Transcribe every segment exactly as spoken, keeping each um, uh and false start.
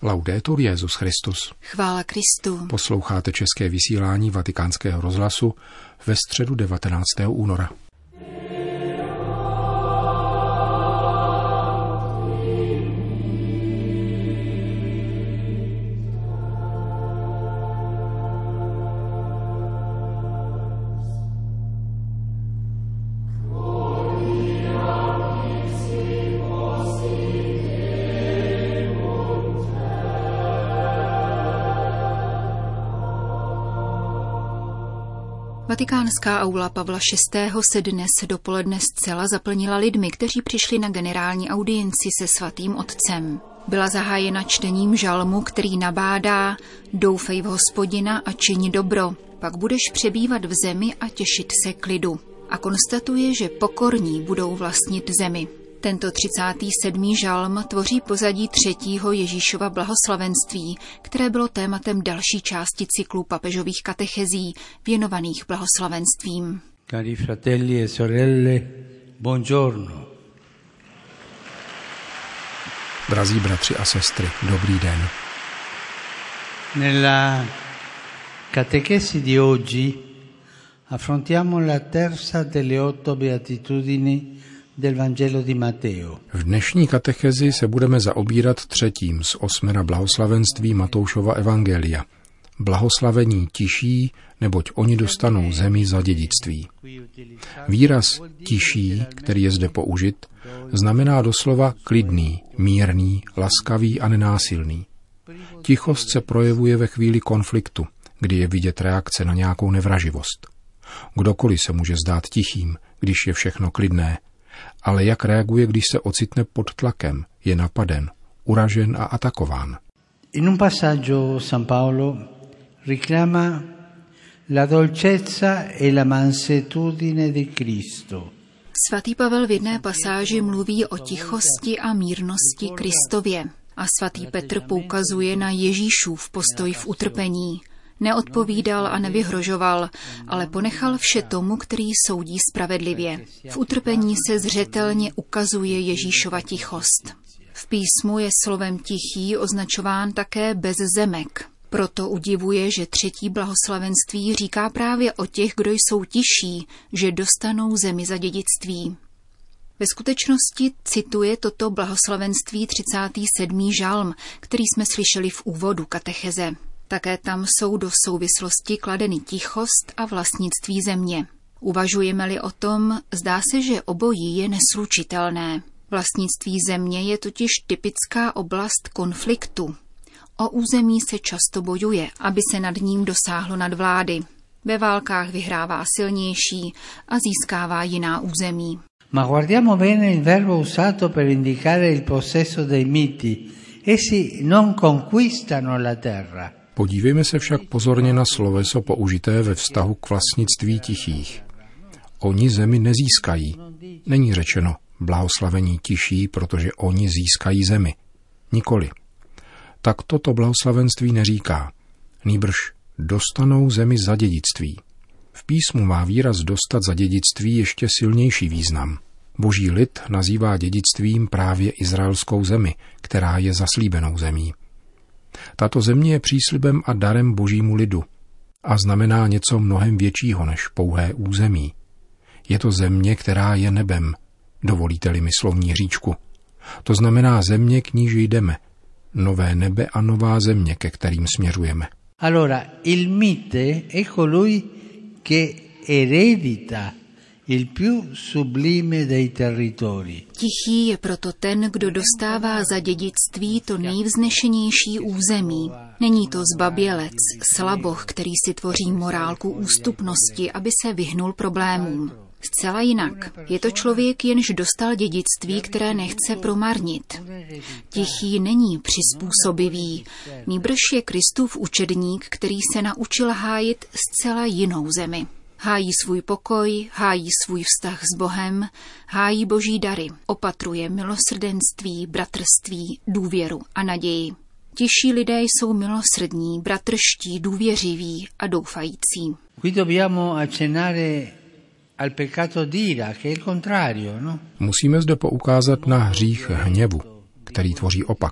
Laudetur Jesus Christus. Chvála Kristu. Posloucháte české vysílání Vatikánského rozhlasu ve středu devatenáctého února. Vatikánská aula Pavla šestého se dnes dopoledne zcela zaplnila lidmi, kteří přišli na generální audienci se svatým otcem. Byla zahájena čtením žalmu, který nabádá: doufej v Hospodina a čiň dobro, pak budeš přebývat v zemi a těšit se klidu. A konstatuje, že pokorní budou vlastnit zemi. Tento třicátý sedmý žalm tvoří pozadí třetího Ježíšova blahoslavenství, které bylo tématem další části cyklu papežových katechezí věnovaných blahoslavenstvím. Cari fratelli e sorelle, buongiorno. Drazí bratři a sestry, dobrý den. Nella catechesi di oggi affrontiamo la terza delle otto beatitudini del Vangelo di Matteo. V dnešní katechezi se budeme zaobírat třetím z osmera blahoslavenství Matoušova evangelia. Blahoslavení tiší, neboť oni dostanou zemi za dědictví. Výraz tiší, který je zde použit, znamená doslova klidný, mírný, laskavý a nenásilný. Tichost se projevuje ve chvíli konfliktu, kdy je vidět reakce na nějakou nevraživost. Kdokoliv se může zdát tichým, když je všechno klidné, ale jak reaguje, když se ocitne pod tlakem, je napaden, uražen a atakován. In un passaggio San Paolo reclama la dolcezza e la mansuetudine di Cristo. Svatý Pavel v jedné pasáži mluví o tichosti a mírnosti Kristově a svatý Petr poukazuje na Ježíšův postoj v utrpení. Neodpovídal a nevyhrožoval, ale ponechal vše tomu, který soudí spravedlivě. V utrpení se zřetelně ukazuje Ježíšova tichost. V písmu je slovem tichý označován také bezzemek. Proto udivuje, že třetí blahoslavenství říká právě o těch, kdo jsou tiší, že dostanou zemi za dědictví. Ve skutečnosti cituje toto blahoslavenství třicátý sedmý žalm, který jsme slyšeli v úvodu katecheze. Také tam jsou do souvislosti kladeny tichost a vlastnictví země. Uvažujeme-li o tom, zdá se, že obojí je neslučitelné. Vlastnictví země je totiž typická oblast konfliktu. O území se často bojuje, aby se nad ním dosáhlo nadvlády. Ve válkách vyhrává silnější a získává jiná území. Ma guardiamo bene il verbo usato per indicare il possesso dei miti. Essi non conquistano la terra. Podívejme se však pozorně na sloveso použité ve vztahu k vlastnictví tichých. Oni zemi nezískají. Není řečeno blahoslavení tiší, protože oni získají zemi. Nikoli. Tak toto blahoslavenství neříká. Nýbrž dostanou zemi za dědictví. V písmu má výraz dostat za dědictví ještě silnější význam. Boží lid nazývá dědictvím právě izraelskou zemi, která je zaslíbenou zemí. Tato země je příslibem a darem božímu lidu a znamená něco mnohem většího než pouhé území. Je to země, která je nebem, dovolíte-li mi slovní hříčku. To znamená země, k níž jdeme, nové nebe a nová země, ke kterým směřujeme. Allora, il mite è colui che eredita il più sublime dei territori. Tichý je proto ten, kdo dostává za dědictví to nejvznešenější území. Není to zbabělec, slaboch, který si tvoří morálku ústupnosti, aby se vyhnul problémům. Zcela jinak. Je to člověk, jenž dostal dědictví, které nechce promarnit. Tichý není přizpůsobivý, nýbrž je Kristův učedník, který se naučil hájit zcela jinou zemi. Hájí svůj pokoj, hájí svůj vztah s Bohem, hájí boží dary, opatruje milosrdenství, bratrství, důvěru a naději. Tiší lidé jsou milosrdní, bratrští, důvěřiví a doufající. Qui dobbiamo accennare al peccato d'ira, che è il contrario, no? Musíme zde poukázat na hřích hněvu, který tvoří opak.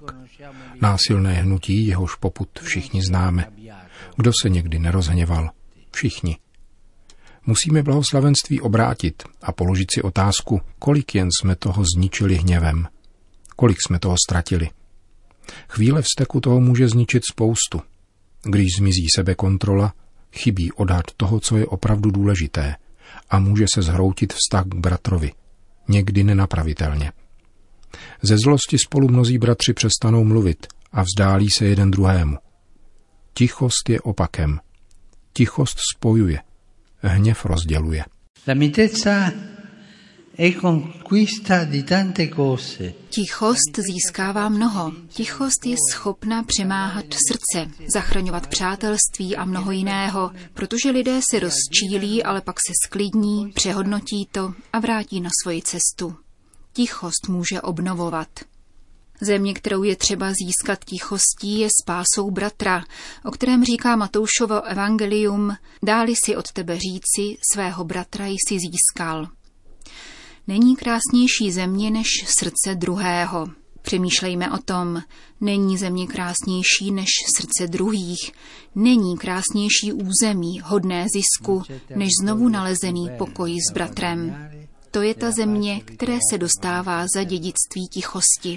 Násilné hnutí, jehož popud všichni známe. Kdo se někdy nerozhněval? Všichni. Musíme blahoslavenství obrátit a položit si otázku, kolik jen jsme toho zničili hněvem. Kolik jsme toho ztratili. Chvíle vzteku toho může zničit spoustu. Když zmizí sebekontrola, chybí odhad toho, co je opravdu důležité a může se zhroutit vztah k bratrovi. Někdy nenapravitelně. Ze zlosti spolu mnozí bratři přestanou mluvit a vzdálí se jeden druhému. Tichost je opakem. Tichost spojuje. Hněv rozděluje. La mitezza è conquista di tante cose. Tichost získává mnoho. Tichost je schopna přemáhat srdce, zachraňovat přátelství a mnoho jiného, protože lidé se rozčílí, ale pak se sklidní, přehodnotí to a vrátí na svoji cestu. Tichost může obnovovat. Země, kterou je třeba získat tichostí, je spásou bratra, o kterém říká Matoušovo evangelium, dáli si od tebe říci, svého bratra jsi získal. Není krásnější země než srdce druhého. Přemýšlejme o tom, není země krásnější než srdce druhých, není krásnější území, hodné zisku, než znovu nalezený pokoj s bratrem. To je ta země, které se dostává za dědictví tichosti.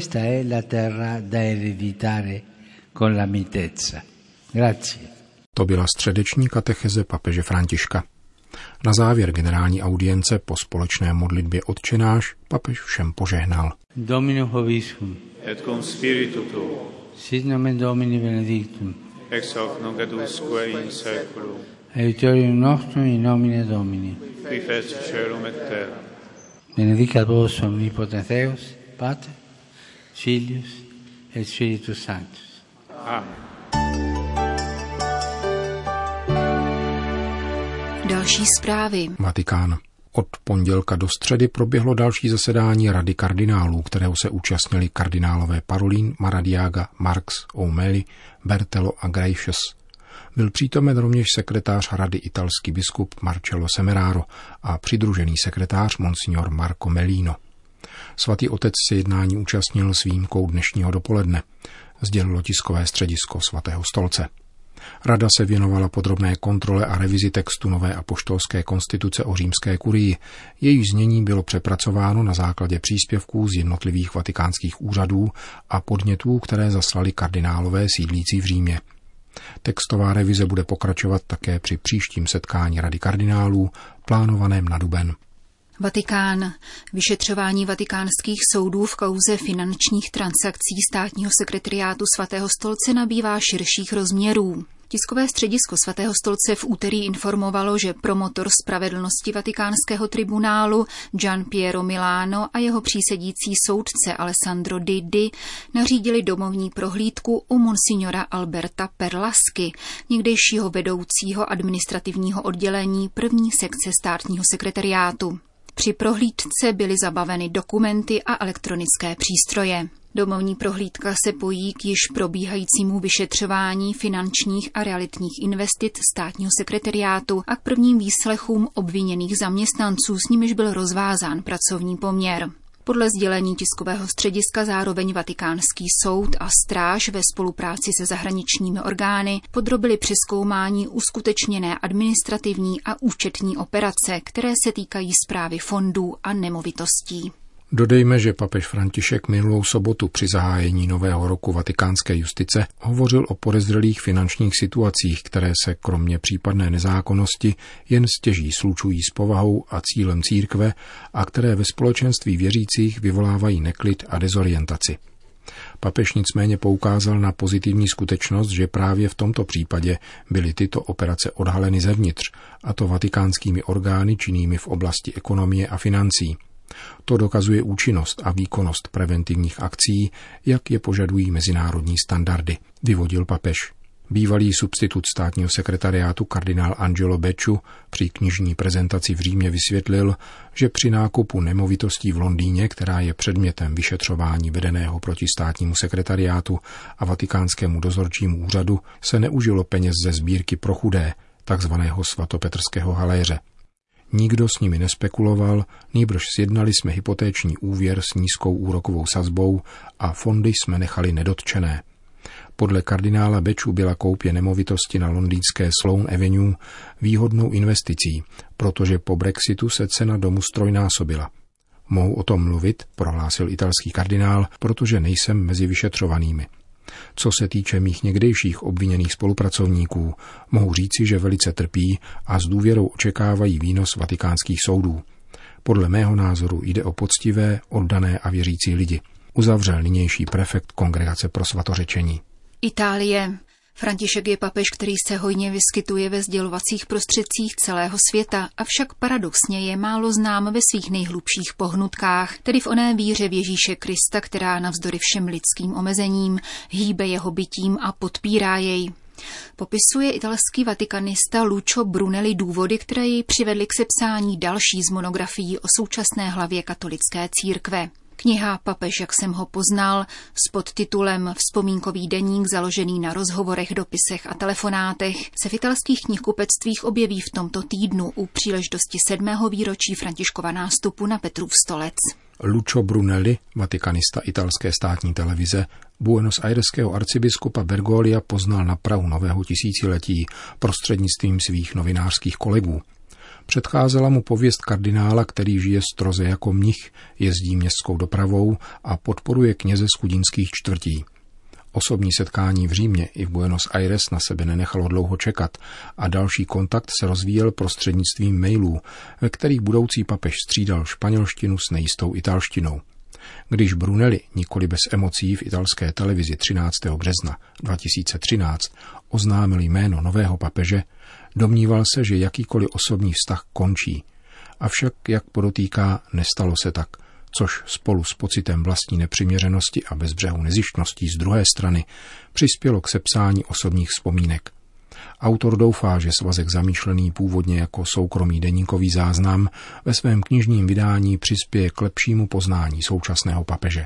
To byla středeční katecheze papeže Františka. Na závěr generální audience po společné modlitbě Otčenáš papež všem požehnal. Dominus vobiscum. Et cum spiritu tuo. Sit nomen Domini benedictum. Ex hoc nunc et usque in saeculum. Aiuterium nostrum in nomine Domini. Qui feci caelum et terra. Benedicat vos omnipotens Deus, Pater, Filius et Spiritus Sanctus. Amen. Další zprávy. Vatikán. Od pondělka do středy proběhlo další zasedání Rady kardinálů, kterého se účastnili kardinálové Parolin, Maradiaga, Marx, O'Malley, Bertelo a Gracious. Byl přítomen rovněž sekretář rady italský biskup Marcello Semeraro a přidružený sekretář monsignor Marco Melino. Svatý otec se jednání účastnil s výjimkou dnešního dopoledne, sdělilo tiskové středisko Svatého stolce. Rada se věnovala podrobné kontrole a revizi textu nové apoštolské konstituce o římské kurii. Její znění bylo přepracováno na základě příspěvků z jednotlivých vatikánských úřadů a podnětů, které zaslali kardinálové sídlící v Římě. Textová revize bude pokračovat také při příštím setkání Rady kardinálů, plánovaném na duben. Vatikán. Vyšetřování vatikánských soudů v kauze finančních transakcí státního sekretariátu Svatého stolce nabývá širších rozměrů. Tiskové středisko Svatého stolce v úterý informovalo, že promotor spravedlnosti vatikánského tribunálu Gian Piero Milano a jeho přísedící soudce Alessandro Diddi nařídili domovní prohlídku u monsignora Alberta Perlasky, někdejšího vedoucího administrativního oddělení první sekce státního sekretariátu. Při prohlídce byly zabaveny dokumenty a elektronické přístroje. Domovní prohlídka se pojí k již probíhajícímu vyšetřování finančních a realitních investic státního sekretariátu a k prvním výslechům obviněných zaměstnanců, s nimiž byl rozvázán pracovní poměr. Podle sdělení tiskového střediska zároveň Vatikánský soud a stráž ve spolupráci se zahraničními orgány podrobili přezkoumání uskutečněné administrativní a účetní operace, které se týkají správy fondů a nemovitostí. Dodejme, že papež František minulou sobotu při zahájení nového roku vatikánské justice hovořil o podezřelých finančních situacích, které se kromě případné nezákonnosti jen stěží slučují s povahou a cílem církve a které ve společenství věřících vyvolávají neklid a dezorientaci. Papež nicméně poukázal na pozitivní skutečnost, že právě v tomto případě byly tyto operace odhaleny zevnitř, a to vatikánskými orgány činnými v oblasti ekonomie a financí. To dokazuje účinnost a výkonnost preventivních akcí, jak je požadují mezinárodní standardy, vyvodil papež. Bývalý substitut státního sekretariátu kardinál Angelo Becciu při knižní prezentaci v Římě vysvětlil, že při nákupu nemovitostí v Londýně, která je předmětem vyšetřování vedeného proti státnímu sekretariátu a vatikánskému dozorčímu úřadu, se neužilo peněz ze sbírky pro chudé, takzvaného svatopetrského haléře. Nikdo s nimi nespekuloval, nýbrž sjednali jsme hypotéční úvěr s nízkou úrokovou sazbou a fondy jsme nechali nedotčené. Podle kardinála Beču byla koupě nemovitosti na londýnské Sloane Avenue výhodnou investicí, protože po Brexitu se cena domu ztrojnásobila. Mohu o tom mluvit, prohlásil italský kardinál, protože nejsem mezi vyšetřovanými. Co se týče mých někdejších obviněných spolupracovníků, mohu říci, že velice trpí a s důvěrou očekávají výnos vatikánských soudů. Podle mého názoru jde o poctivé, oddané a věřící lidi, uzavřel nynější prefekt Kongregace pro svatořečení. Itálie. František je papež, který se hojně vyskytuje ve sdělovacích prostředcích celého světa, avšak paradoxně je málo znám ve svých nejhlubších pohnutkách, tedy v oné víře v Ježíše Krista, která navzdory všem lidským omezením hýbe jeho bytím a podpírá jej. Popisuje italský vatikanista Lucio Brunelli důvody, které jej přivedly k sepsání další z monografií o současné hlavě katolické církve. Kniha Papež, jak jsem ho poznal, s podtitulem Vzpomínkový deník založený na rozhovorech, dopisech a telefonátech, se v italských knihkupectvích objeví v tomto týdnu u příležitosti sedmého výročí Františkova nástupu na Petrův stolec. Lucio Brunelli, vatikanista italské státní televize, Buenos Aireského arcibiskupa Bergoglio poznal na prahu nového tisíciletí prostřednictvím svých novinářských kolegů. Předcházela mu pověst kardinála, který žije stroze jako mnich, jezdí městskou dopravou a podporuje kněze z chudinských čtvrtí. Osobní setkání v Římě i v Buenos Aires na sebe nenechalo dlouho čekat a další kontakt se rozvíjel prostřednictvím mailů, ve kterých budoucí papež střídal španělštinu s nejistou italštinou. Když Brunelli, nikoli bez emocí, v italské televizi třináctého března dva tisíce třináct oznámil jméno nového papeže, domníval se, že jakýkoliv osobní vztah končí. Avšak, jak podotýká, nestalo se tak, což spolu s pocitem vlastní nepřiměřenosti a bezbřehou nezištností z druhé strany přispělo k sepsání osobních vzpomínek. Autor doufá, že svazek zamýšlený původně jako soukromý deníkový záznam ve svém knižním vydání přispěje k lepšímu poznání současného papeže.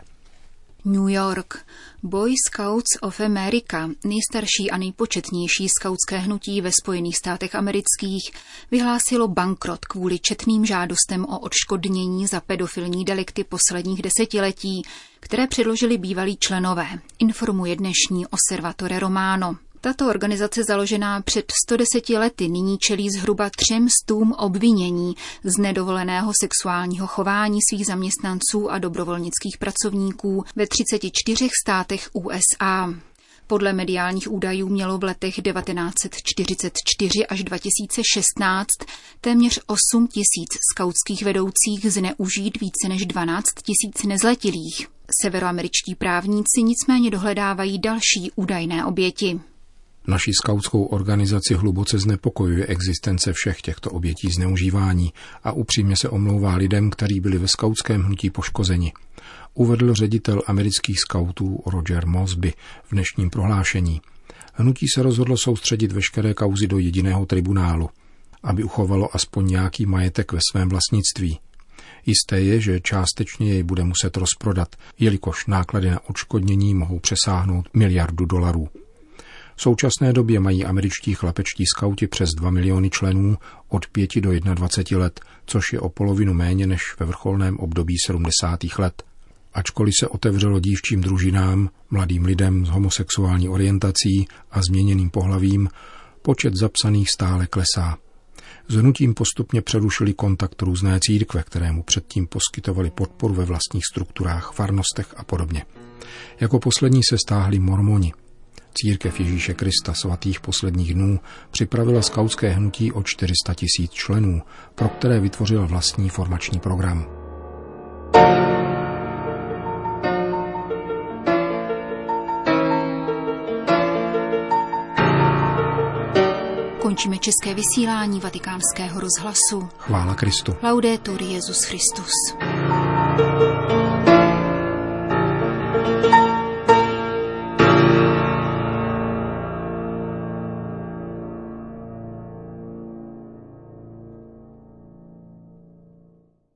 New York. Boy Scouts of America, nejstarší a nejpočetnější skautské hnutí ve Spojených státech amerických, vyhlásilo bankrot kvůli četným žádostem o odškodnění za pedofilní delikty posledních desetiletí, které předložili bývalí členové, informuje dnešní Osservatore Romano. Tato organizace založená před sto deseti lety nyní čelí zhruba třem stům obvinění z nedovoleného sexuálního chování svých zaměstnanců a dobrovolnických pracovníků ve třiceti čtyřech státech U S A. Podle mediálních údajů mělo v letech devatenáct set čtyřicet čtyři až dva tisíce šestnáct téměř osm tisíc skautských vedoucích zneužít více než dvanáct tisíc nezletilých. Severoameričtí právníci nicméně dohledávají další údajné oběti. Naší skautskou organizaci hluboce znepokojuje existence všech těchto obětí zneužívání a upřímně se omlouvá lidem, kteří byli ve skautském hnutí poškozeni, uvedl ředitel amerických skautů Roger Mosby v dnešním prohlášení. Hnutí se rozhodlo soustředit veškeré kauzy do jediného tribunálu, aby uchovalo aspoň nějaký majetek ve svém vlastnictví. Jisté je, že částečně jej bude muset rozprodat, jelikož náklady na odškodnění mohou přesáhnout miliardu dolarů. V současné době mají američtí chlapečtí skauti přes dva miliony členů od pěti do dvaceti jedna let, což je o polovinu méně než ve vrcholném období sedmdesátých let. Ačkoliv se otevřelo dívčím družinám, mladým lidem s homosexuální orientací a změněným pohlavím, počet zapsaných stále klesá. S hnutím postupně přerušili kontakt různé církve, kterému předtím poskytovali podporu ve vlastních strukturách, farnostech a podobně. Jako poslední se stáhli mormoni. Církev Ježíše Krista svatých posledních dnů připravila skautské hnutí o čtyři sta tisíc členů, pro které vytvořila vlastní formační program. Končíme české vysílání Vatikánského rozhlasu. Chvála Kristu. Laudetur Jesus Christus.